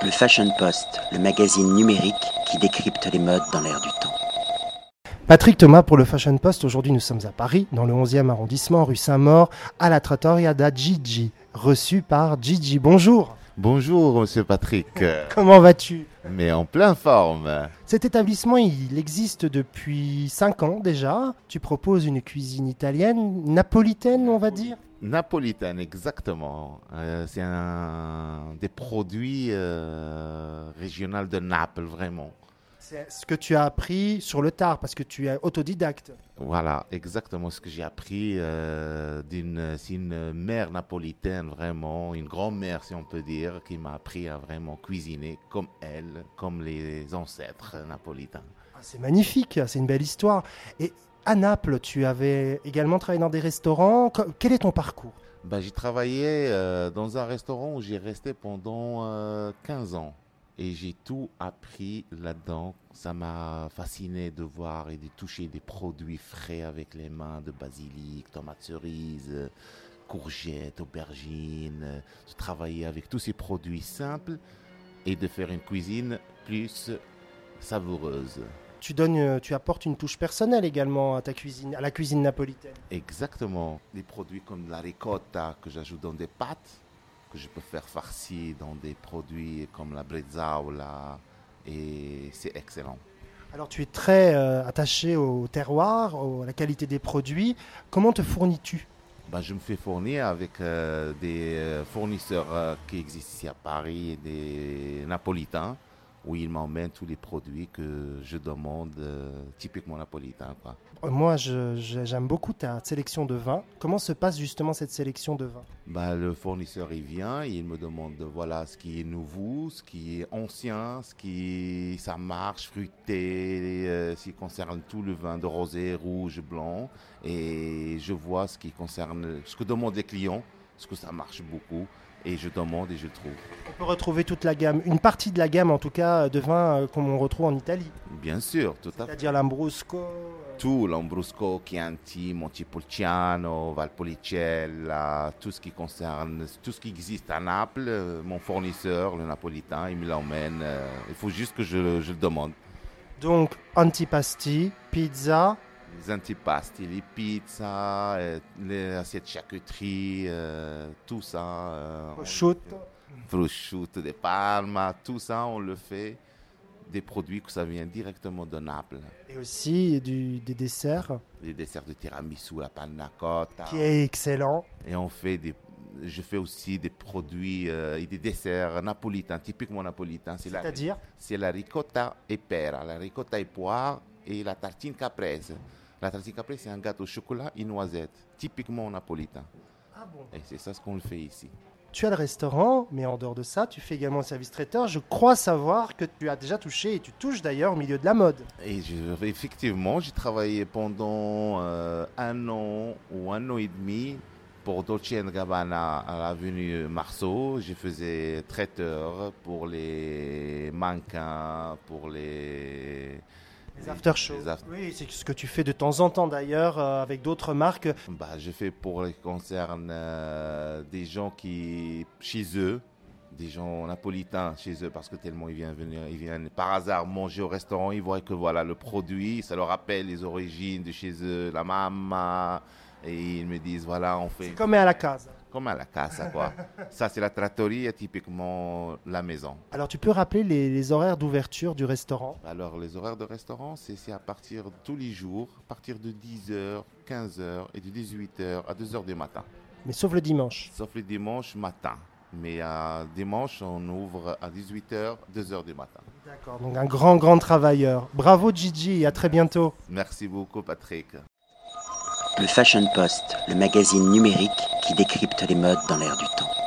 Le Fashion Post, le magazine numérique qui décrypte les modes dans l'air du temps. Patrick Thomas pour le Fashion Post. Aujourd'hui, nous sommes à Paris, dans le 11e arrondissement, rue Saint-Maur, à la Trattoria da Gigi, reçu par Gigi. Bonjour. Bonjour, monsieur Patrick. Comment vas-tu? Mais en pleine forme. Cet établissement, il existe depuis 5 ans déjà. Tu proposes une cuisine italienne, napolitaine, on va dire? Napolitaine, exactement. C'est un des produits régionaux de Naples, vraiment. C'est ce que tu as appris sur le tard, parce que tu es autodidacte. Voilà, exactement ce que j'ai appris c'est une mère napolitaine, vraiment, une grand-mère, si on peut dire, qui m'a appris à vraiment cuisiner comme elle, comme les ancêtres napolitains. Ah, c'est magnifique, c'est une belle histoire. Et à Naples, tu avais également travaillé dans des restaurants. Quel est ton parcours? J'ai travaillé dans un restaurant où j'ai resté pendant 15 ans. Et j'ai tout appris là-dedans. Ça m'a fasciné de voir et de toucher des produits frais avec les mains, de basilic, tomates cerises, courgettes, aubergines. De travailler avec tous ces produits simples et de faire une cuisine plus savoureuse. Tu apportes une touche personnelle également à ta cuisine, à la cuisine napolitaine. Exactement. Des produits comme la ricotta que j'ajoute dans des pâtes, que je peux faire farci dans des produits comme la bresaola, et c'est excellent. Alors tu es très attaché au terroir, à la qualité des produits. Comment te fournis-tu? Je me fais fournir avec des fournisseurs qui existent ici à Paris, des napolitains, où ils m'emmènent tous les produits que je demande, typiquement napolitains, quoi. Moi, j'aime beaucoup ta sélection de vins. Comment se passe justement cette sélection de vins? Le fournisseur, il vient, il me demande voilà ce qui est nouveau, ce qui est ancien, ça marche, fruité, ce qui concerne tout le vin de rosé, rouge, blanc. Et je vois ce qui concerne, ce que demandent les clients, ce que ça marche beaucoup. Et je demande et je trouve. On peut retrouver toute la gamme, une partie de la gamme en tout cas de vins comme on retrouve en Italie. Bien sûr, tout à fait. C'est-à-dire l'Ambrusco. Tout, l'Ambrusco, Chianti, Montepulciano, Valpolicella, tout ce qui concerne, tout ce qui existe à Naples, mon fournisseur, le napolitain, il me l'emmène. Il faut juste que je le demande. Donc, antipasti, pizza. Les antipasti, les pizzas, les assiettes charcuterie, tout ça. Prosciutto de Parma, tout ça, on le fait. Des produits que ça vient directement de Naples. Et aussi des desserts. Des desserts de tiramisu, la panna cotta. Qui est excellent. Et je fais aussi des produits et des desserts napolitains, typiquement napolitains. C'est-à-dire? C'est la ricotta et pera, la ricotta et poire et la tartine caprese. La tartine caprese, c'est un gâteau au chocolat et noisette, typiquement napolitain. Ah bon? Et c'est ça ce qu'on le fait ici. Tu as le restaurant, mais en dehors de ça, tu fais également le service traiteur. Je crois savoir que tu as déjà touché, et tu touches d'ailleurs au milieu de la mode. Et effectivement, j'ai travaillé pendant 1 an ou 1 an et demi pour Dolce & Gabbana à l'avenue Marceau. Je faisais traiteur pour les mannequins, pour les after-shows. Oui, c'est ce que tu fais de temps en temps d'ailleurs avec d'autres marques. Je fais pour les concerne des gens qui, chez eux, des gens napolitains chez eux, parce que tellement ils viennent par hasard manger au restaurant, ils voient que voilà le produit, ça leur rappelle les origines de chez eux, la mamma, et ils me disent voilà on fait... C'est comme à la casa. Comme à la casa, quoi. Ça, c'est la trattoria, typiquement la maison. Alors, tu peux rappeler les horaires d'ouverture du restaurant? Alors, les horaires de restaurant, c'est à partir de tous les jours, à partir de 10h, 15h et de 18h à 2h du matin. Mais sauf le dimanche? Sauf le dimanche matin. Mais dimanche, on ouvre à 18h, 2h du matin. D'accord, donc un grand travailleur. Bravo Gigi, et à très bientôt. Merci beaucoup, Patrick. Le Fashion Post, le magazine numérique qui décrypte les modes dans l'air du temps.